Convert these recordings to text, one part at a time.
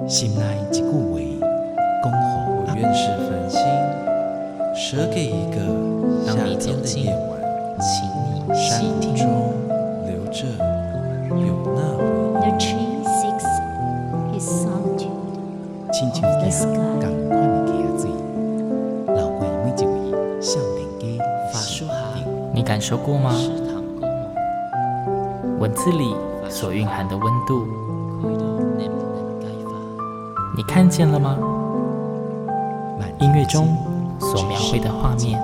心内一句话，讲好我愿是繁星，舍给一个夏天的夜晚， 请你山细听。 谷中留着有那回忆。 The tree seeks his solitude 亲像 of the 一 sky. 共款的溪水，流过每一位少年家法术行， 你感受过吗？ 食堂沟梦， 文字里所蕴含的温度， 开到你唔能解法。 你看见了吗？ 万音乐中所描绘的画面，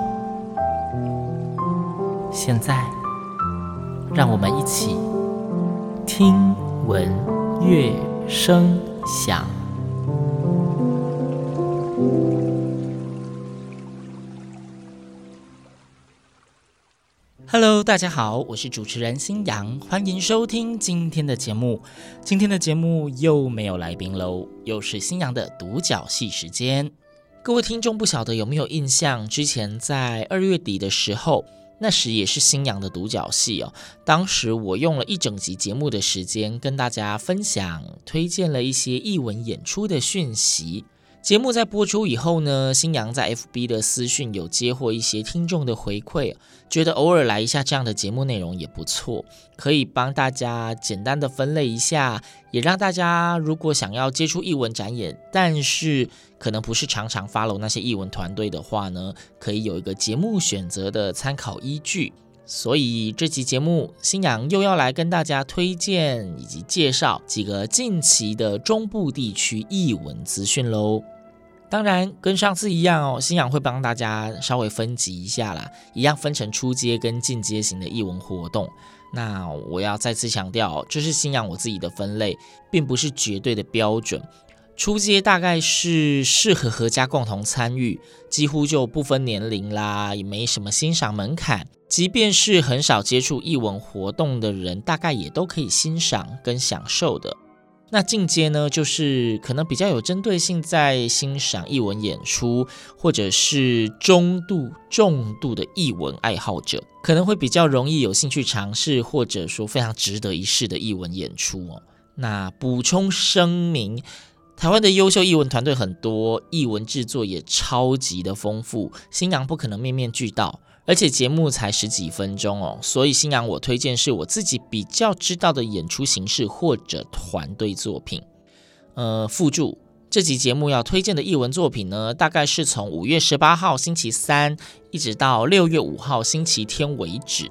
现在让我们一起听闻乐声响。Hello， 大家好，我是主持人新阳，欢迎收听今天的节目。今天的节目又没有来宾喽，又是新阳的独角戏时间。各位听众不晓得有没有印象，之前在2月底的时候，那时也是新阳的独角戏哦。当时我用了一整集节目的时间跟大家分享，推荐了一些艺文演出的讯息。节目在播出以后呢，新阳在 FB 的私讯有接获一些听众的回馈，觉得偶尔来一下这样的节目内容也不错，可以帮大家简单的分类一下，也让大家如果想要接触艺文展演，但是可能不是常常 follow 那些艺文团队的话呢，可以有一个节目选择的参考依据。所以这期节目，新阳又要来跟大家推荐以及介绍几个近期的中部地区艺文资讯喽。当然跟上次一样哦，新阳会帮大家稍微分级一下啦，一样分成初阶跟进阶型的艺文活动。那我要再次强调，这是新阳我自己的分类，并不是绝对的标准。初阶大概是适合合家共同参与，几乎就不分年龄啦，也没什么欣赏门槛，即便是很少接触艺文活动的人，大概也都可以欣赏跟享受的。那进阶呢，就是可能比较有针对性在欣赏艺文演出，或者是中度、重度的艺文爱好者，可能会比较容易有兴趣尝试，或者说非常值得一试的艺文演出哦。那补充声明，台湾的优秀艺文团队很多，艺文制作也超级的丰富，新阳不可能面面俱到，而且节目才10几分钟哦，所以新阳我推荐是我自己比较知道的演出形式或者团队作品。附注，这集节目要推荐的艺文作品呢，大概是从5月18号星期三一直到6月5号星期天为止。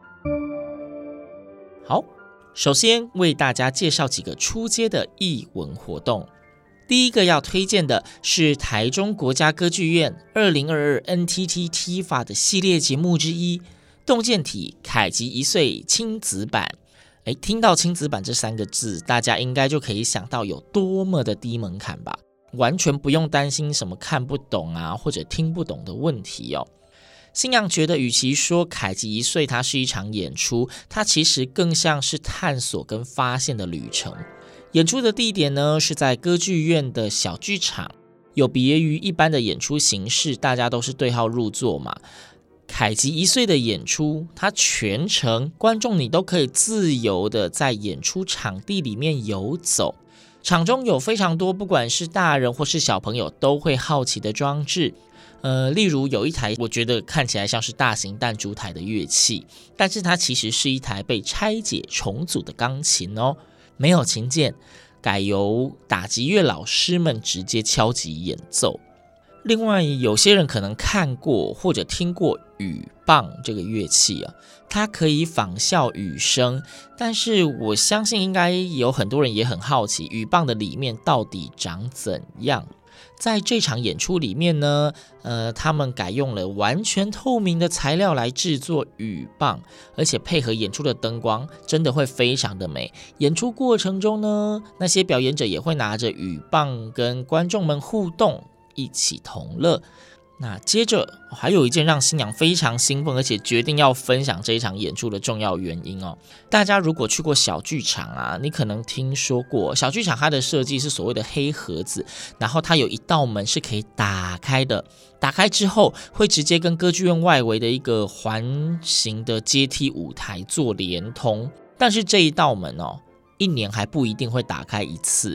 好，首先为大家介绍几个初阶的艺文活动。第一个要推荐的是台中国家歌剧院2022 NTT TIFA 的系列节目之一，动见体凯吉1岁亲子版。听到亲子版这3个字，大家应该就可以想到有多么的低门槛吧，完全不用担心什么看不懂啊或者听不懂的问题哦。新阳觉得与其说凯吉1岁它是一场演出，它其实更像是探索跟发现的旅程。演出的地点呢是在歌剧院的小剧场，有别于一般的演出形式，大家都是对号入座嘛。凯吉1岁的演出，它全程观众你都可以自由的在演出场地里面游走，场中有非常多不管是大人或是小朋友都会好奇的装置。例如有一台我觉得看起来像是大型弹珠台的乐器，但是它其实是一台被拆解重组的钢琴哦，没有琴键，改由打击乐老师们直接敲击演奏。另外有些人可能看过或者听过雨棒这个乐器啊，它可以仿效雨声，但是我相信应该有很多人也很好奇雨棒的里面到底长怎样。在这场演出里面呢，他们改用了完全透明的材料来制作雨棒，而且配合演出的灯光，真的会非常的美。演出过程中呢，那些表演者也会拿着雨棒跟观众们互动，一起同乐。那接着还有一件让新阳非常兴奋，而且决定要分享这一场演出的重要原因哦。大家如果去过小剧场啊，你可能听说过小剧场它的设计是所谓的黑盒子，然后它有一道门是可以打开的，打开之后会直接跟歌剧院外围的一个环形的阶梯舞台做连通。但是这一道门哦，1年还不一定会打开一次，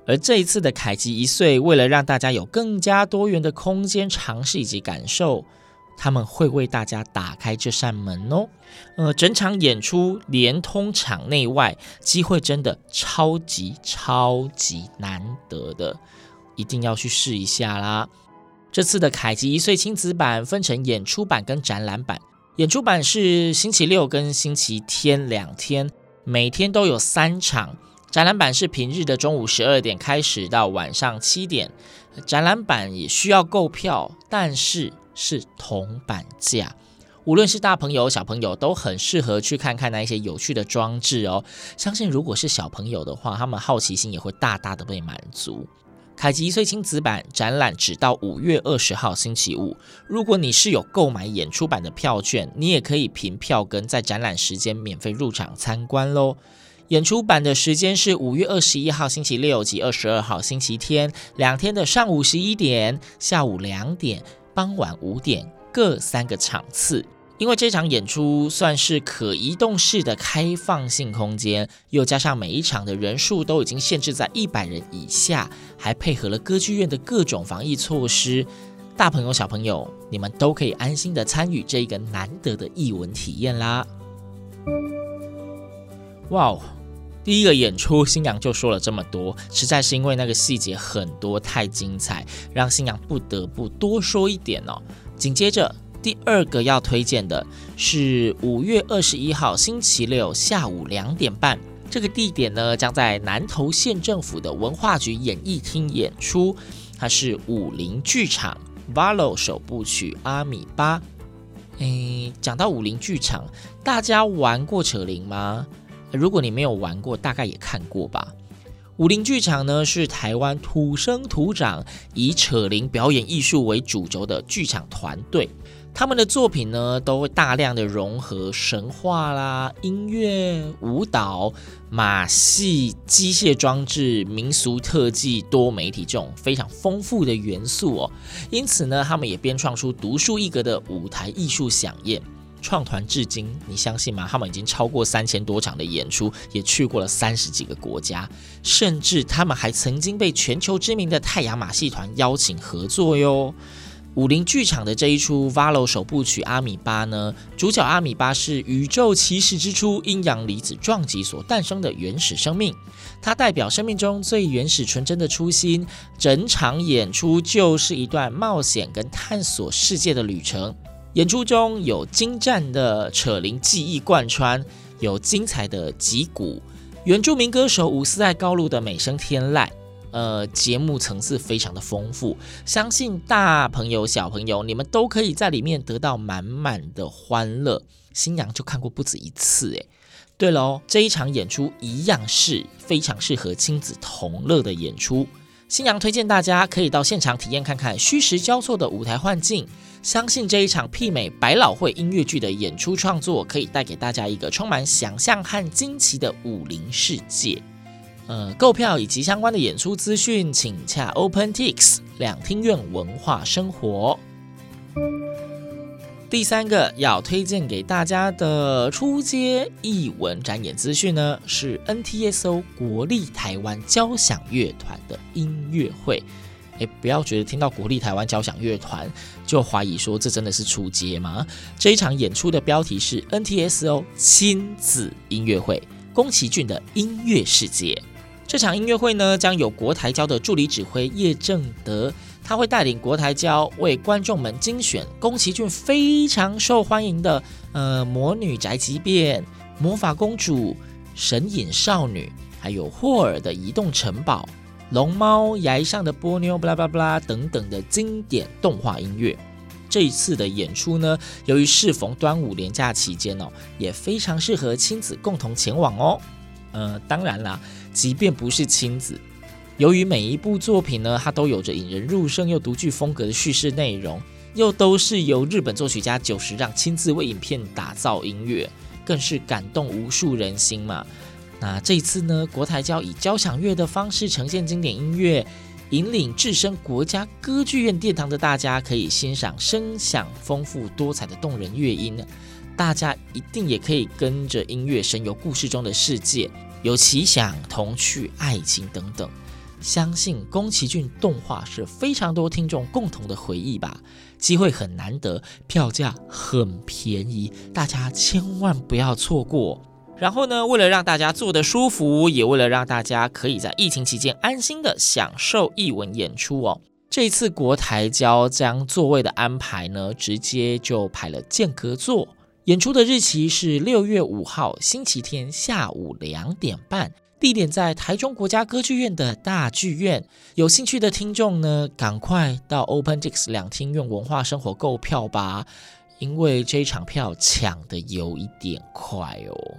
而这一次的凯吉1岁，为了让大家有更加多元的空间尝试以及感受，他们会为大家打开这扇门哦。整场演出连通场内外，机会真的超级难得的，一定要去试一下啦。这次的凯吉1岁亲子版分成演出版跟展览版，演出版是星期六跟星期天2天，每天都有3场。展览版是平日的中午12点开始到晚上7点，展览版也需要购票，但是是铜板价。无论是大朋友小朋友都很适合去看看那一些有趣的装置哦。相信如果是小朋友的话，他们好奇心也会大大的被满足。凯吉1岁亲子版展览只到5月20号星期五，如果你是有购买演出版的票券，你也可以凭票根在展览时间免费入场参观咯。演出版的时间是5月21号星期六及22号星期天，2天的上午11点、下午2点、傍晚5点各3个场次。因为这场演出算是可移动式的开放性空间，又加上每一场的人数都已经限制在100人以下，还配合了歌剧院的各种防疫措施，大朋友小朋友你们都可以安心的参与这一个难得的艺文体验啦。哇哦，第一个演出新阳就说了这么多，实在是因为那个细节很多太精彩，让新阳不得不多说一点哦。紧接着第二个要推荐的是5月21号星期六下午2点半，这个地点呢将在南投县政府的文化局演艺厅演出，它是武林剧场 Valo 首部曲阿米巴。讲到武林剧场，大家玩过扯铃吗？如果你没有玩过，大概也看过吧。武林剧场呢是台湾土生土长以扯铃表演艺术为主轴的剧场团队，他们的作品呢都会大量的融合神话啦、音乐、舞蹈、马戏、机械装置、民俗特技、多媒体这种非常丰富的元素哦。因此呢，他们也编创出独树一格的舞台艺术飨宴。创团至今，你相信吗？他们已经超过3000多场的演出，也去过了30几个国家，甚至他们还曾经被全球知名的太阳马戏团邀请合作哟。武林剧场的这一出 Valo 首部曲阿米巴呢，主角阿米巴是宇宙起始之初阴阳离子撞击所诞生的原始生命，它代表生命中最原始纯真的初心。整场演出就是一段冒险跟探索世界的旅程。演出中有精湛的扯铃技艺贯穿，有精彩的击鼓，原住民歌手伍思爱高露的美声天籁。节目层次非常的丰富，相信大朋友小朋友你们都可以在里面得到满满的欢乐。新阳就看过不止一次耶。对了，这一场演出一样是非常适合亲子同乐的演出。新阳推荐大家可以到现场体验看看虚实交错的舞台幻境，相信这一场媲美百老汇音乐剧的演出创作，可以带给大家一个充满想象和惊奇的武林世界。购票以及相关的演出资讯，请洽 OpenTix 两厅院文化生活。第三个要推荐给大家的初阶艺文展演资讯呢，是 NTSO 国立台湾交响乐团的音乐会。不要觉得听到国立台湾交响乐团就怀疑说这真的是初阶吗？这一场演出的标题是 NTSO 亲子音乐会，宫崎骏的音乐世界。这场音乐会呢，将有国台交的助理指挥叶正德，他会带领国台交为观众们精选宫崎骏非常受欢迎的魔女宅急便、魔法公主、神隐少女，还有霍尔的移动城堡、龙猫、崖上的波妞巴拉巴拉等等的经典动画音乐。这一次的演出呢，由于适逢端午连假期间也非常适合亲子共同前往哦。当然啦，即便不是亲子，由于每一部作品呢，它都有着引人入胜又独具风格的叙事内容，又都是由日本作曲家久石让亲自为影片打造音乐，更是感动无数人心嘛。那这一次呢，国台交以交响乐的方式呈现经典音乐，引领置身国家歌剧院殿堂的大家，可以欣赏声响丰富多彩的动人乐音。大家一定也可以跟着音乐神游故事中的世界，有奇想、童趣、爱情等等。 相信宫崎骏动画是非常多听众共同的回忆吧，机会很难得，票价很便宜，大家千万不要错过。然后呢，为了让大家坐得舒服，也为了让大家可以在疫情期间安心的享受艺文演出哦，这一次国台交将座位的安排呢，直接就排了间隔座。演出的日期是6月5号星期天下午2点半，地点在台中国家歌剧院的大剧院。有兴趣的听众呢，赶快到 OpenTix 两厅院文化生活购票吧，因为这一场票抢得有一点快哦。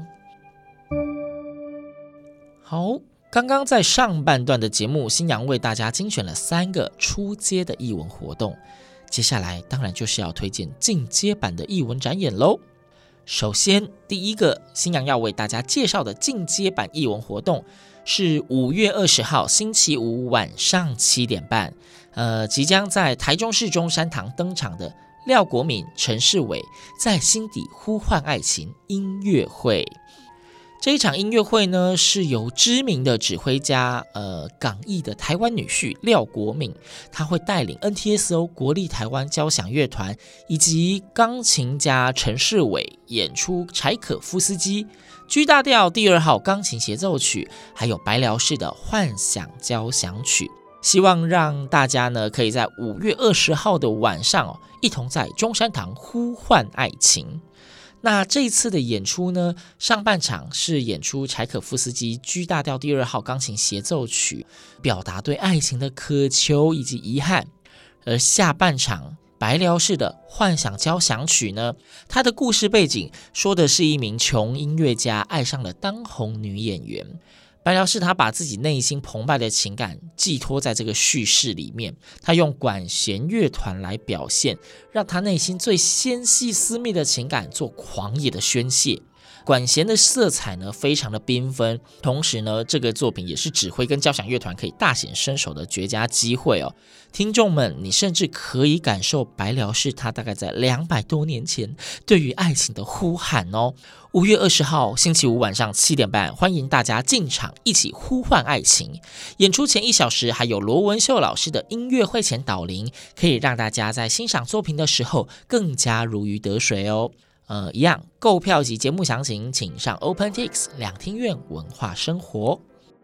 好，刚刚在上半段的节目，新阳为大家精选了3个初阶的艺文活动，接下来当然就是要推荐进阶版的艺文展演咯。首先，第一个新阳要为大家介绍的进阶版艺文活动是5月20号星期五晚上7点半，即将在台中市中山堂登场的廖国敏、陈世伟在心底呼唤爱情音乐会。这一场音乐会呢，是由知名的指挥家港裔的台湾女婿廖国敏，他会带领 NTSO 国立台湾交响乐团以及钢琴家陈世伟演出柴可夫斯基 G 大调第2号钢琴协奏曲，还有白辽士的幻想交响曲，希望让大家呢可以在5月20号的晚上一同在中山堂呼唤爱情。那这一次的演出呢，上半场是演出柴可夫斯基 G 大调第2号钢琴协奏曲，表达对爱情的渴求以及遗憾。而下半场白辽士的幻想交响曲呢，它的故事背景说的是一名穷音乐家爱上了当红女演员。白辽士他把自己内心澎湃的情感寄托在这个叙事里面，他用管弦乐团来表现，让他内心最纤细私密的情感做狂野的宣泄。管弦的色彩呢非常的缤纷，同时呢这个作品也是指挥跟交响乐团可以大显身手的绝佳机会哦。听众们，你甚至可以感受白辽士他大概在200多年前对于爱情的呼喊哦。5月20号星期五晚上7点半，欢迎大家进场一起呼唤爱情。演出前1小时还有罗文秀老师的音乐会前导聆，可以让大家在欣赏作品的时候更加如鱼得水哦。一样，购票及节目详情请上 OpenTix 两厅院文化生活。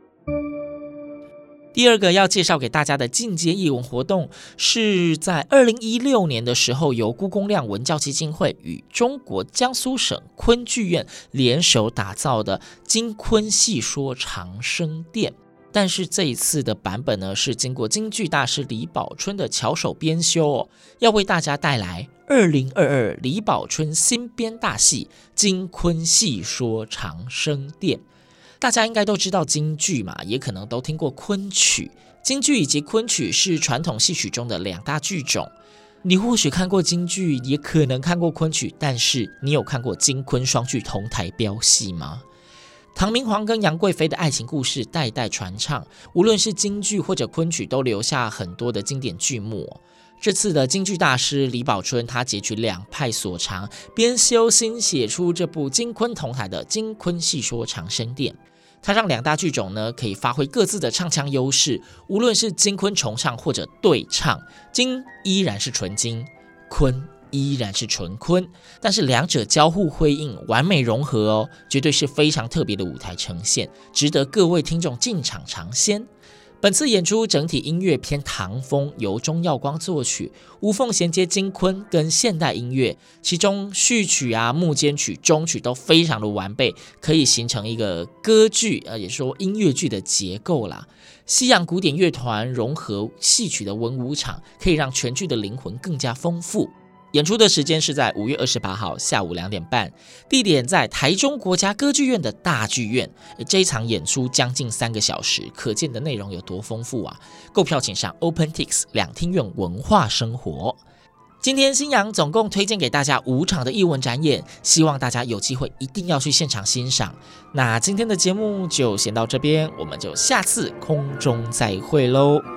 第二个要介绍给大家的进阶艺文活动，是在2016年的时候，由辜公亮文教基金会与中国江苏省昆剧院联手打造的京昆戏说长生殿。但是这一次的版本呢，是经过京剧大师李宝春的巧手编修哦，要为大家带来2022李宝春新编大戏《京昆戏说长生殿》。大家应该都知道京剧嘛，也可能都听过昆曲。京剧以及昆曲是传统戏曲中的2大剧种。你或许看过京剧，也可能看过昆曲，但是你有看过京昆双剧同台飙戏吗？唐明皇跟杨贵妃的爱情故事代代传唱，无论是京剧或者昆曲都留下很多的经典剧目。这次的京剧大师李宝春，他截取2派所长，编修新写出这部京昆同台的京昆戏说长生殿。他让2大剧种呢可以发挥各自的唱腔优势，无论是京昆重唱或者对唱，京依然是纯京，昆依然是纯昆，但是2者交互辉映，完美融合哦，绝对是非常特别的舞台呈现，值得各位听众进场尝鲜。本次演出整体音乐偏唐风，由钟耀光作曲，无缝衔接京昆跟现代音乐，其中序曲啊、幕间曲、中曲都非常的完备，可以形成一个歌剧，也说音乐剧的结构啦。西洋古典乐团融合戏曲的文武场，可以让全剧的灵魂更加丰富。演出的时间是在5月28号下午2点半，地点在台中国家歌剧院的大剧院。这一场演出将近3个小时，可见的内容有多丰富啊！购票请上 OpenTix 两厅院文化生活。今天新阳总共推荐给大家5场的艺文展演，希望大家有机会一定要去现场欣赏。那今天的节目就先到这边，我们就下次空中再会喽。